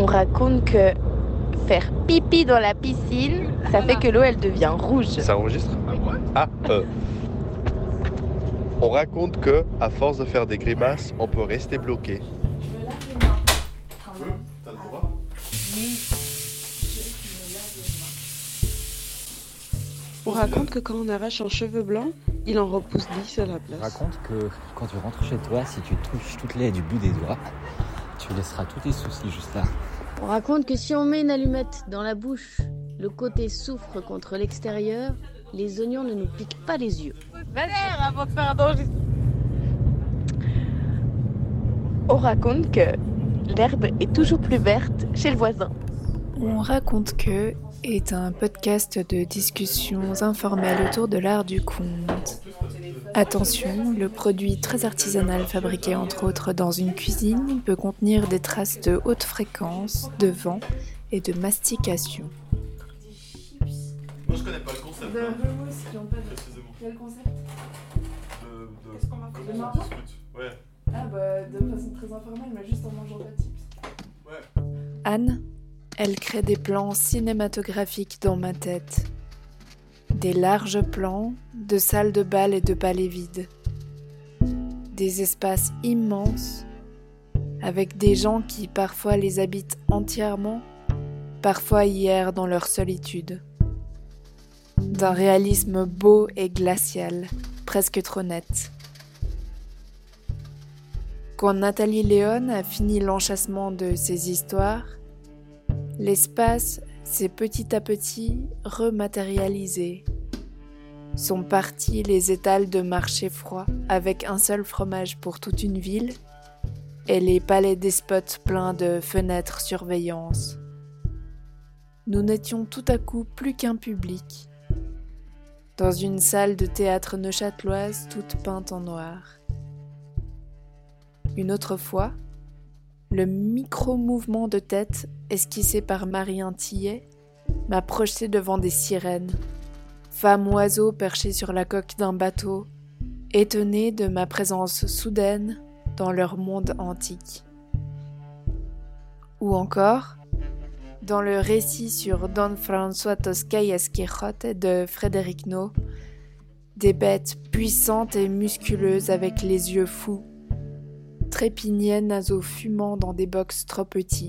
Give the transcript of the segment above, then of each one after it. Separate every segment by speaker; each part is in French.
Speaker 1: On raconte que faire pipi dans la piscine, ça fait que l'eau, elle devient rouge.
Speaker 2: Ça enregistre? Ah, on raconte que, à force de faire des grimaces, on peut rester bloqué. T'as le droit?
Speaker 3: On raconte que quand on arrache un cheveu blanc, il en repousse 10 à la place.
Speaker 4: On raconte que quand tu rentres chez toi, si tu touches toutes les du bout des doigts, tu laisseras tous tes soucis juste là.
Speaker 5: On raconte que si on met une allumette dans la bouche, le côté souffre contre l'extérieur, les oignons ne nous piquent pas les yeux.
Speaker 1: Valère, avant de faire un danger. On raconte que l'herbe est toujours plus verte chez le voisin.
Speaker 6: On raconte que est un podcast de discussions informelles autour de l'art du conte. Attention, le produit très artisanal fabriqué entre autres dans une cuisine peut contenir des traces de haute fréquence, de vent et de mastication.
Speaker 2: Moi je connais pas le concept. Précisément.
Speaker 6: Quel concept?
Speaker 2: Qu'est-ce qu'on va faire de maintenant? Ouais.
Speaker 6: Ah bah de façon très informelle, mais juste en mangeant pas de chips.
Speaker 2: Ouais.
Speaker 6: Anne, elle crée des plans cinématographiques dans ma tête. Des larges plans de salles de bal et de palais vides. Des espaces immenses, avec des gens qui parfois les habitent entièrement, parfois y errent dans leur solitude. D'un réalisme beau et glacial, presque trop net. Quand Nathalie Léon a fini l'enchâssement de ses histoires, l'espace s'est petit à petit rematérialisé. Sont partis les étals de marché froid avec un seul fromage pour toute une ville et les palais despotes pleins de fenêtres surveillance. Nous n'étions tout à coup plus qu'un public, dans une salle de théâtre neuchâteloise toute peinte en noir. Une autre fois, le micro-mouvement de tête esquissé par Marie Tillet m'a projeté devant des sirènes, femmes oiseaux perchées sur la coque d'un bateau, étonnées de ma présence soudaine dans leur monde antique. Ou encore, dans le récit sur Don François Toscayes Quixote de Frédéric No, des bêtes puissantes et musculeuses avec les yeux fous, trépignaient naseaux fumants dans des box trop petits.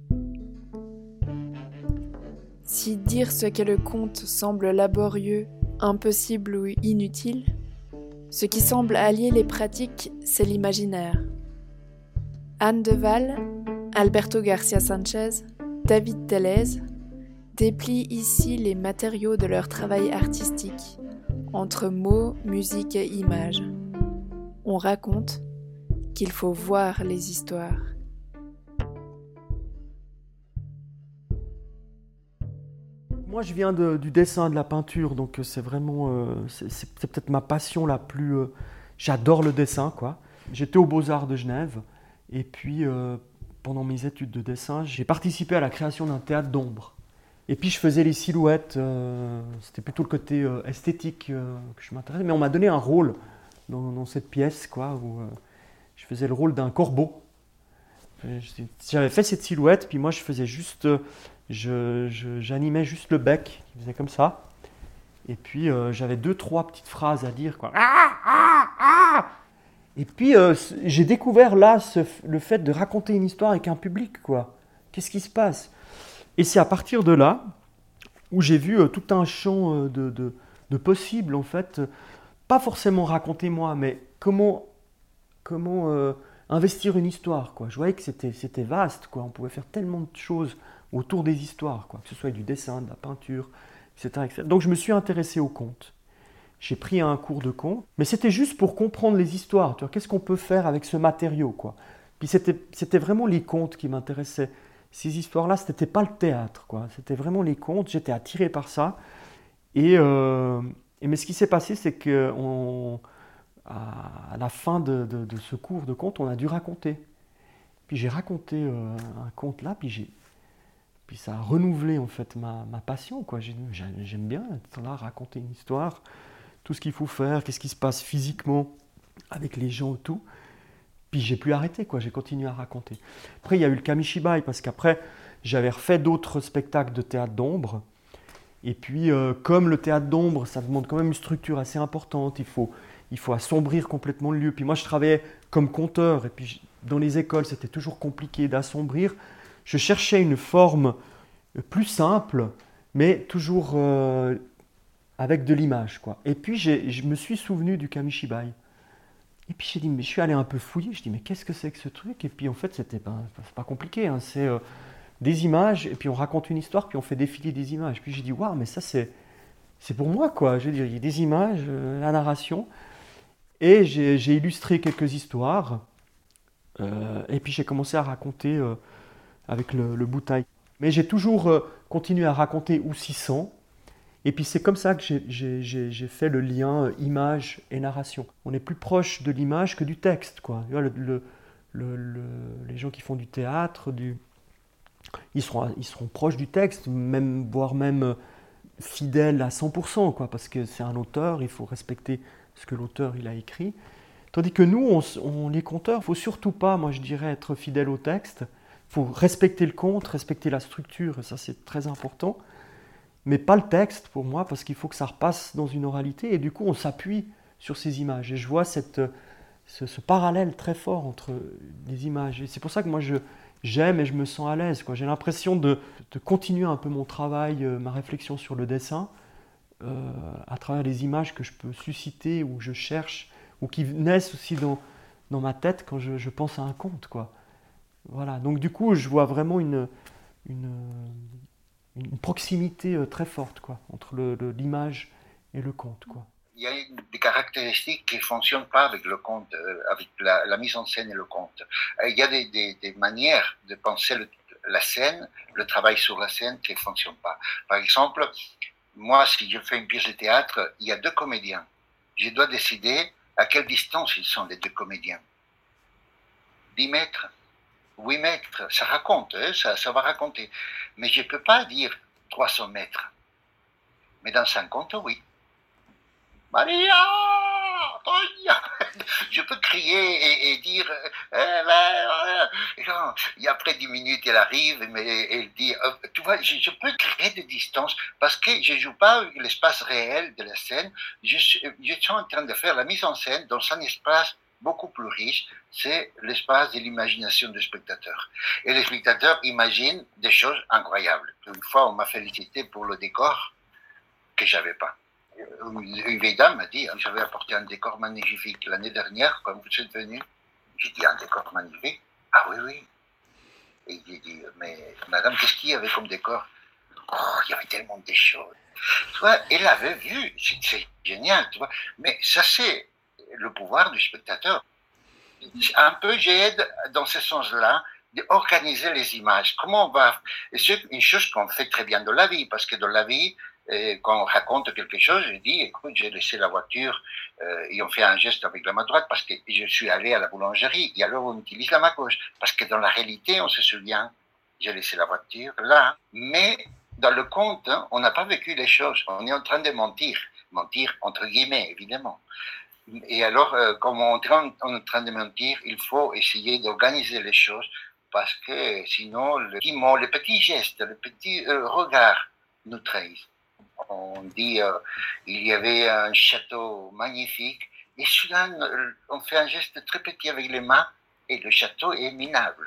Speaker 6: Si dire ce qu'est le conte semble laborieux, impossible ou inutile, ce qui semble allier les pratiques, c'est l'imaginaire. Anne Deval, Alberto Garcia Sanchez, David Tellez déplient ici les matériaux de leur travail artistique, entre mots, musique et images. On raconte qu'il faut voir les histoires.
Speaker 7: Moi, je viens du dessin, de la peinture, donc c'est vraiment, c'est peut-être ma passion la plus. J'adore le dessin, quoi. J'étais aux Beaux-Arts de Genève, et puis pendant mes études de dessin, j'ai participé à la création d'un théâtre d'ombre. Et puis je faisais les silhouettes. C'était plutôt le côté esthétique que je m'intéressais, mais on m'a donné un rôle dans cette pièce, quoi, où je faisais le rôle d'un corbeau. J'avais fait cette silhouette, puis moi je faisais juste. J'animais juste le bec, qui faisait comme ça. Et puis j'avais 2-3 petites phrases à dire, quoi. Et puis j'ai découvert là le fait de raconter une histoire avec un public, quoi. Qu'est-ce qui se passe? Et c'est à partir de là où j'ai vu tout un champ de possibles, en fait. Pas forcément raconter moi, mais comment investir une histoire, quoi. Je voyais que c'était vaste, quoi. On pouvait faire tellement de choses autour des histoires, quoi. Que ce soit du dessin, de la peinture, etc., etc. Donc je me suis intéressé au conte. J'ai pris un cours de conte, mais c'était juste pour comprendre les histoires. Tu vois, qu'est-ce qu'on peut faire avec ce matériau, quoi. Puis c'était vraiment les contes qui m'intéressaient. Ces histoires-là, c'était pas le théâtre, quoi. C'était vraiment les contes. J'étais attiré par ça. Mais ce qui s'est passé, c'est que à la fin de ce cours de conte, on a dû raconter. Puis j'ai raconté un conte là, puis ça a renouvelé en fait ma passion, quoi. J'aime bien être là, raconter une histoire, tout ce qu'il faut faire, qu'est-ce qui se passe physiquement avec les gens et tout. Puis j'ai plus arrêté, quoi. J'ai continué à raconter. Après, il y a eu le Kamishibai, parce qu'après, j'avais refait d'autres spectacles de théâtre d'ombre. Et puis, comme le théâtre d'ombre, ça demande quand même une structure assez importante. Il faut assombrir complètement le lieu. Puis moi, je travaillais comme conteur. Et puis, dans les écoles, c'était toujours compliqué d'assombrir. Je cherchais une forme plus simple, mais toujours avec de l'image, quoi. Et puis, je me suis souvenu du Kamishibai. Et puis, j'ai dit, mais je suis allé un peu fouiller. Je dis, mais qu'est-ce que c'est que ce truc? Et puis, en fait, c'est pas compliqué, hein. C'est des images, et puis on raconte une histoire, puis on fait défiler des images. Puis j'ai dit, waouh, mais ça, c'est pour moi, quoi. Je veux dire, il y a des images, la narration. Et j'ai illustré quelques histoires. Et puis, j'ai commencé à raconter avec le bouteille. Mais j'ai toujours continué à raconter ou 600. Et puis c'est comme ça que j'ai fait le lien image et narration. On est plus proche de l'image que du texte, quoi. Tu vois, les gens qui font du théâtre, ils seront proches du texte, même, voire même fidèles à 100%, quoi, parce que c'est un auteur, il faut respecter ce que l'auteur il a écrit. Tandis que nous, les conteurs, il ne faut surtout pas, moi je dirais, être fidèle au texte. Il faut respecter le conte, respecter la structure, et ça c'est très important. Mais pas le texte pour moi, parce qu'il faut que ça repasse dans une oralité, et du coup on s'appuie sur ces images. Et je vois ce parallèle très fort entre les images. Et c'est pour ça que moi j'aime et je me sens à l'aise, quoi. J'ai l'impression de continuer un peu mon travail, ma réflexion sur le dessin, à travers les images que je peux susciter, ou je cherche, ou qui naissent aussi dans ma tête quand je pense à un conte, quoi. Voilà, donc du coup je vois vraiment une proximité très forte, quoi, entre l'image et le conte, quoi.
Speaker 8: Il y a des caractéristiques qui ne fonctionnent pas avec le conte, avec la mise en scène et le conte. Il y a des manières de penser la scène, le travail sur la scène qui ne fonctionnent pas. Par exemple, moi, si je fais une pièce de théâtre, il y a 2 comédiens. Je dois décider à quelle distance ils sont, les 2 comédiens. 10 mètres, 8 mètres, ça raconte, hein, ça va raconter. Mais je ne peux pas dire 300 mètres. Mais dans un conte, oui. Maria, Tonya, je peux crier et dire, et après 10 minutes, elle arrive, mais elle dit, tu vois, je peux créer des distances parce que je ne joue pas avec l'espace réel de la scène, je suis en train de faire la mise en scène dans un espace beaucoup plus riche, c'est l'espace de l'imagination du spectateur. Et le spectateur imagine des choses incroyables. Une fois, on m'a félicité pour le décor que je n'avais pas. Une vieille dame m'a dit, j'avais apporté un décor magnifique l'année dernière, quand vous êtes venu. J'ai dit, un décor magnifique? Ah oui, oui. Et j'ai dit, mais madame, qu'est-ce qu'il y avait comme décor? Oh, il y avait tellement de choses. Tu vois, elle avait vu, c'est génial, tu vois. Mais ça, c'est le pouvoir du spectateur. Un peu, j'aide dans ce sens-là, d'organiser les images. Comment on va... Et c'est une chose qu'on fait très bien dans la vie, parce que dans la vie, quand on raconte quelque chose, je dis, écoute, j'ai laissé la voiture, et on fait un geste avec la main droite parce que je suis allé à la boulangerie, et alors on utilise la main gauche, parce que dans la réalité, on se souvient, j'ai laissé la voiture là, mais dans le conte, hein, on n'a pas vécu les choses, on est en train de mentir entre guillemets, évidemment. Et alors, comme on est en train de mentir, il faut essayer d'organiser les choses, parce que sinon, le petit mot, le petit geste, le petit regard nous trahissent. On dit, il y avait un château magnifique, et soudain, on fait un geste très petit avec les mains, et le château est minable.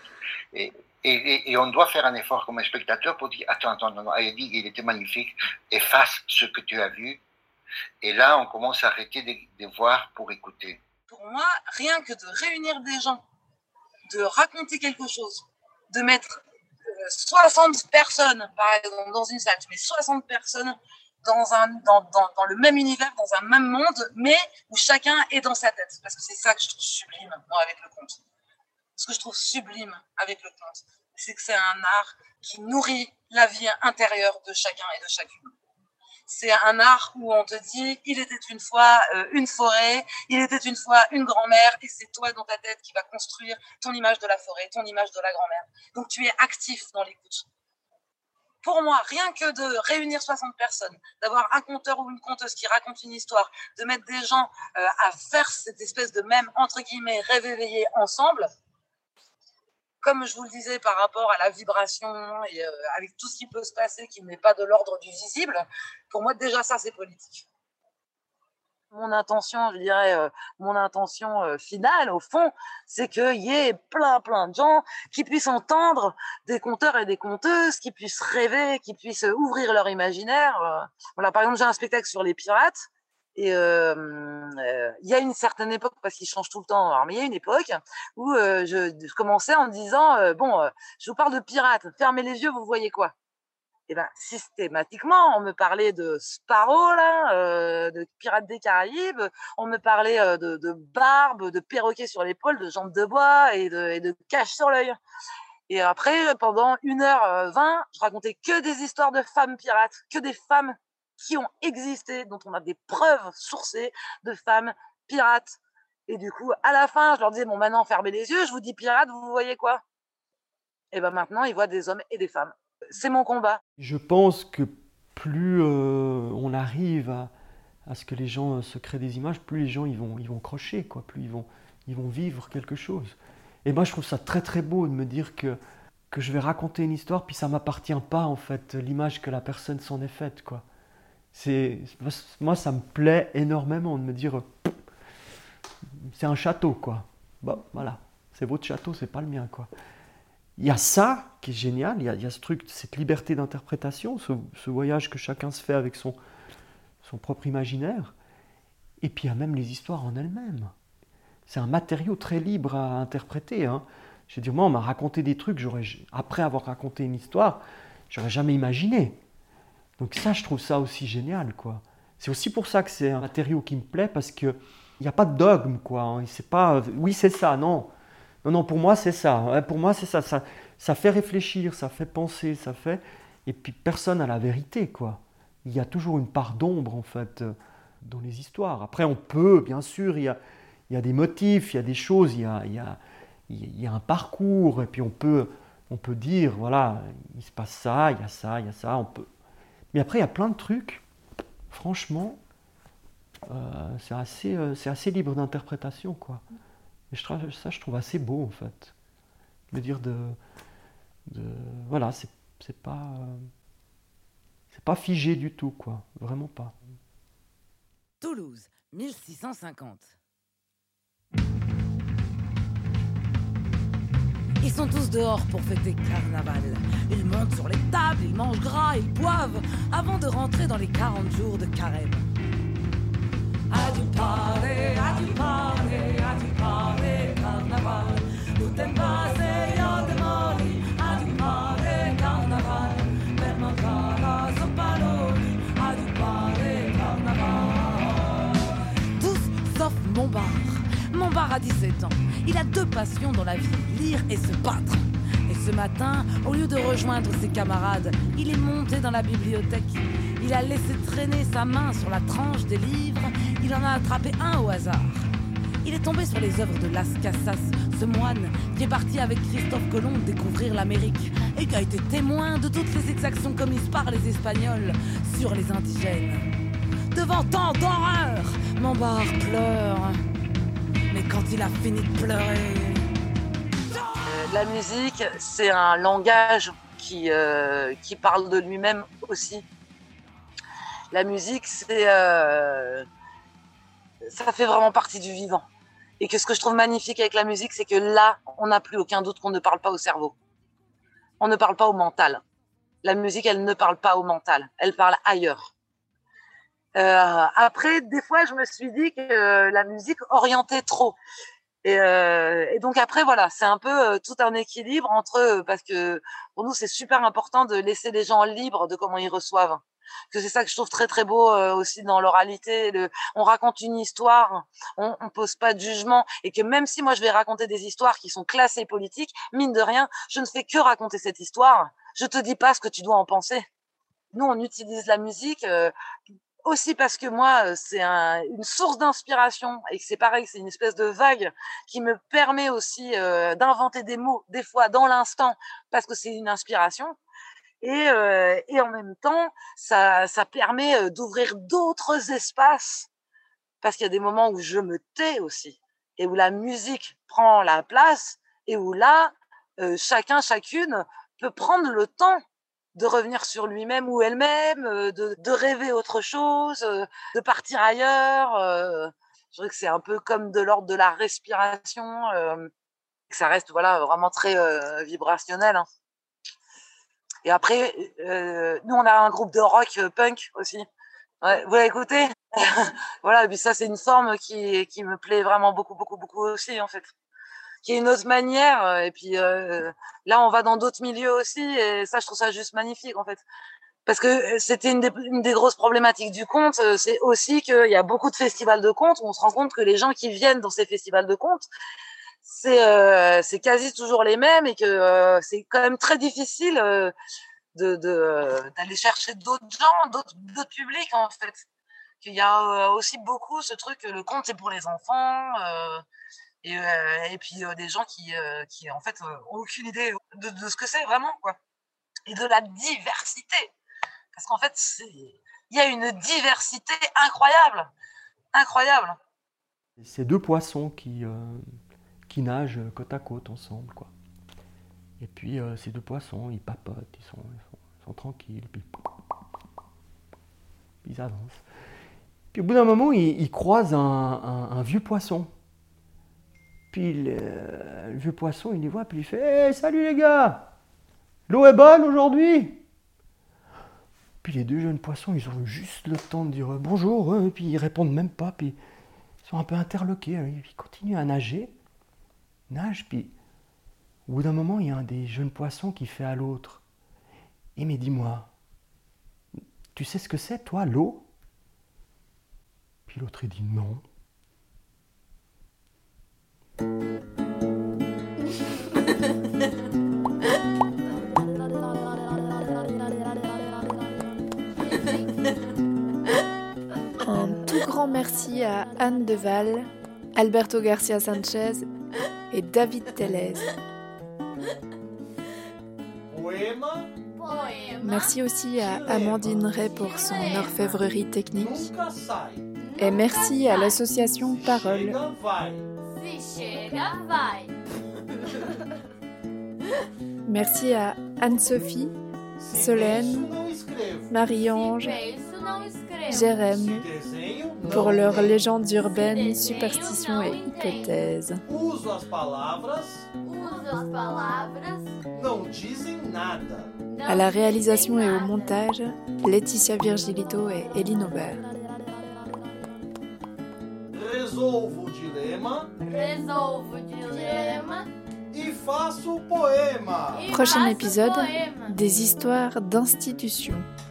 Speaker 8: Et on doit faire un effort comme spectateur pour dire, attends, non, elle dit, il était magnifique, efface ce que tu as vu. Et là, on commence à arrêter de voir pour écouter.
Speaker 9: Pour moi, rien que de réunir des gens, de raconter quelque chose, de mettre 60 personnes, par exemple, dans une salle, tu mets 60 personnes dans le même univers, dans un même monde, mais où chacun est dans sa tête. Parce que c'est ça que je trouve sublime, moi, avec le conte. Ce que je trouve sublime avec le conte, c'est que c'est un art qui nourrit la vie intérieure de chacun et de chacune. C'est un art où on te dit, il était une fois une forêt, il était une fois une grand-mère, et c'est toi dans ta tête qui va construire ton image de la forêt, ton image de la grand-mère. Donc tu es actif dans l'écoute. pour moi, rien que de réunir 60 personnes, d'avoir un conteur ou une conteuse qui raconte une histoire, de mettre des gens à faire cette espèce de même, entre guillemets, rêve éveillé ensemble, comme je vous le disais par rapport à la vibration et avec tout ce qui peut se passer qui n'est pas de l'ordre du visible, pour moi, déjà, ça, c'est politique. Mon intention, je dirais, mon intention finale, au fond, c'est qu'il y ait plein de gens qui puissent entendre des conteurs et des conteuses, qui puissent rêver, qui puissent ouvrir leur imaginaire. Voilà, par exemple, j'ai un spectacle sur les pirates. Et il y a une certaine époque, parce qu'il change tout le temps, alors, mais il y a une époque où je commençais en me disant je vous parle de pirates, fermez les yeux, vous voyez quoi? Et ben systématiquement, on me parlait de Sparrow, là, de Pirates des Caraïbes, on me parlait de barbe, de perroquet sur l'épaule, de jambes de bois et de cache sur l'œil. Et après, pendant 1h20, je racontais que des histoires de femmes pirates, que des femmes qui ont existé, dont on a des preuves sourcées de femmes pirates. Et du coup, à la fin, je leur disais, bon, maintenant, fermez les yeux, je vous dis pirates, vous voyez quoi? Et ben maintenant, ils voient des hommes et des femmes. C'est mon combat.
Speaker 7: Je pense que plus on arrive à ce que les gens se créent des images, plus les gens ils vont crocher, quoi, plus ils vont vivre quelque chose. Et moi, je trouve ça très très beau de me dire que je vais raconter une histoire, puis ça m'appartient pas, en fait, l'image que la personne s'en est faite, quoi. Moi, ça me plaît énormément de me dire c'est un château, quoi. Bon, voilà, c'est votre château, c'est pas le mien, quoi. Il y a ça qui est génial, il y a ce truc, cette liberté d'interprétation, ce voyage que chacun se fait avec son propre imaginaire. Et puis il y a même les histoires en elles-mêmes. C'est un matériau très libre à interpréter, hein. Je veux dire, moi, on m'a raconté des trucs, après avoir raconté une histoire, j'aurais jamais imaginé. Donc ça, je trouve ça aussi génial, quoi. C'est aussi pour ça que c'est un matériau qui me plaît, parce qu'il n'y a pas de dogme, quoi, hein. C'est pas, oui, c'est ça, non. Non, pour moi, c'est ça. Ouais, pour moi, c'est ça. Ça fait réfléchir, ça fait penser, ça fait... Et puis, personne n'a la vérité, quoi. Il y a toujours une part d'ombre, en fait, dans les histoires. Après, on peut, bien sûr, il y a des motifs, il y a des choses, il y a un parcours, et puis on peut dire, voilà, il se passe ça, il y a ça, on peut... Mais après, il y a plein de trucs, franchement, c'est assez libre d'interprétation, quoi. Et ça, je trouve assez beau, en fait. Je veux dire, voilà, c'est pas figé du tout, quoi. Vraiment pas.
Speaker 10: Toulouse, 1650. Ils sont tous dehors pour fêter carnaval. Ils montent sur les tables, ils mangent gras, ils boivent avant de rentrer dans les 40 jours de carême. Adieu parler, adieu parler, adieu parler, carnaval. Nous t'aime pas, c'est y'a de moli. Adieu parler, carnaval. Per mancare, soppaloni. Adieu parler, carnaval. Tous sauf Montbard. Montbard a 17 ans. Il a 2 passions dans la vie, lire et se battre. Et ce matin, au lieu de rejoindre ses camarades, il est monté dans la bibliothèque. Il a laissé traîner sa main sur la tranche des livres. Il en a attrapé un au hasard. Il est tombé sur les œuvres de Las Casas, ce moine qui est parti avec Christophe Colomb découvrir l'Amérique et qui a été témoin de toutes les exactions commises par les Espagnols sur les indigènes. Devant tant d'horreur, Montbard pleure. Mais quand il a fini de pleurer...
Speaker 9: La musique, c'est un langage qui parle de lui-même aussi. La musique, ça fait vraiment partie du vivant. Et que ce que je trouve magnifique avec la musique, c'est que là, on n'a plus aucun doute qu'on ne parle pas au cerveau. On ne parle pas au mental. La musique, elle ne parle pas au mental. Elle parle ailleurs. Après, des fois, je me suis dit que la musique orientait trop. Et donc après, voilà, c'est un peu tout un équilibre entre... parce que pour nous, c'est super important de laisser les gens libres de comment ils reçoivent. Que c'est ça que je trouve très très beau aussi dans l'oralité. On raconte une histoire, on pose pas de jugement, et que même si moi je vais raconter des histoires qui sont classées politiques, mine de rien, je ne fais que raconter cette histoire. Je te dis pas ce que tu dois en penser. Nous, on utilise la musique aussi parce que moi, c'est une source d'inspiration, et que c'est pareil, c'est une espèce de vague qui me permet aussi d'inventer des mots, des fois dans l'instant, parce que c'est une inspiration. Et en même temps, ça permet d'ouvrir d'autres espaces. Parce qu'il y a des moments où je me tais aussi, et où la musique prend la place, et où là, chacune peut prendre le temps de revenir sur lui-même ou elle-même, de rêver autre chose, de partir ailleurs. Je dirais que c'est un peu comme de l'ordre de la respiration, que ça reste vraiment très vibrationnel. Hein. Et après, nous, on a un groupe de rock punk aussi. Ouais, vous l'avez écouté? Voilà, et puis ça, c'est une forme qui me plaît vraiment beaucoup, beaucoup, beaucoup aussi, en fait. Qui est une autre manière. Et puis là, on va dans d'autres milieux aussi. Et ça, je trouve ça juste magnifique, en fait. Parce que c'était une des grosses problématiques du conte. C'est aussi qu'il y a beaucoup de festivals de conte où on se rend compte que les gens qui viennent dans ces festivals de conte, c'est quasi toujours les mêmes et que c'est quand même très difficile d'aller chercher d'autres gens, d'autres publics, en fait. Qu'il y a aussi beaucoup ce truc, le conte, c'est pour les enfants. Et puis des gens qui en fait ont aucune idée de ce que c'est vraiment, quoi, et de la diversité, parce qu'en fait il y a une diversité incroyable.
Speaker 7: C'est deux poissons qui nagent côte à côte ensemble, quoi. Et puis ces deux poissons, ils papotent, ils sont tranquilles, puis ils avancent. Puis au bout d'un moment, ils croisent un vieux poisson. Puis le vieux poisson, il les voit, puis il fait « Hey, salut les gars! L'eau est bonne aujourd'hui ?» Puis les deux jeunes poissons, ils ont eu juste le temps de dire « Bonjour », et puis ils répondent même pas, puis ils sont un peu interloqués. Ils continuent à nager, puis au bout d'un moment, il y a un des jeunes poissons qui fait à l'autre « Eh mais dis-moi, tu sais ce que c'est, toi, l'eau ?» Puis l'autre, il dit « Non. »
Speaker 6: Un tout grand merci à Anne Deval, Alberto Garcia Sanchez et David Tellez. Merci aussi à Amandine Ray pour son orfèvrerie technique. Et merci à l'association Parole. Merci à Anne-Sophie, Solène, Marie-Ange, Jérém pour leurs légendes urbaines, superstitions et hypothèses. À la réalisation et au montage, Laetitia Virgilito et Eline Aubert.
Speaker 11: Resolvo o dilema e faço o poema.
Speaker 6: Prochain épisode, des histoires d'institutions.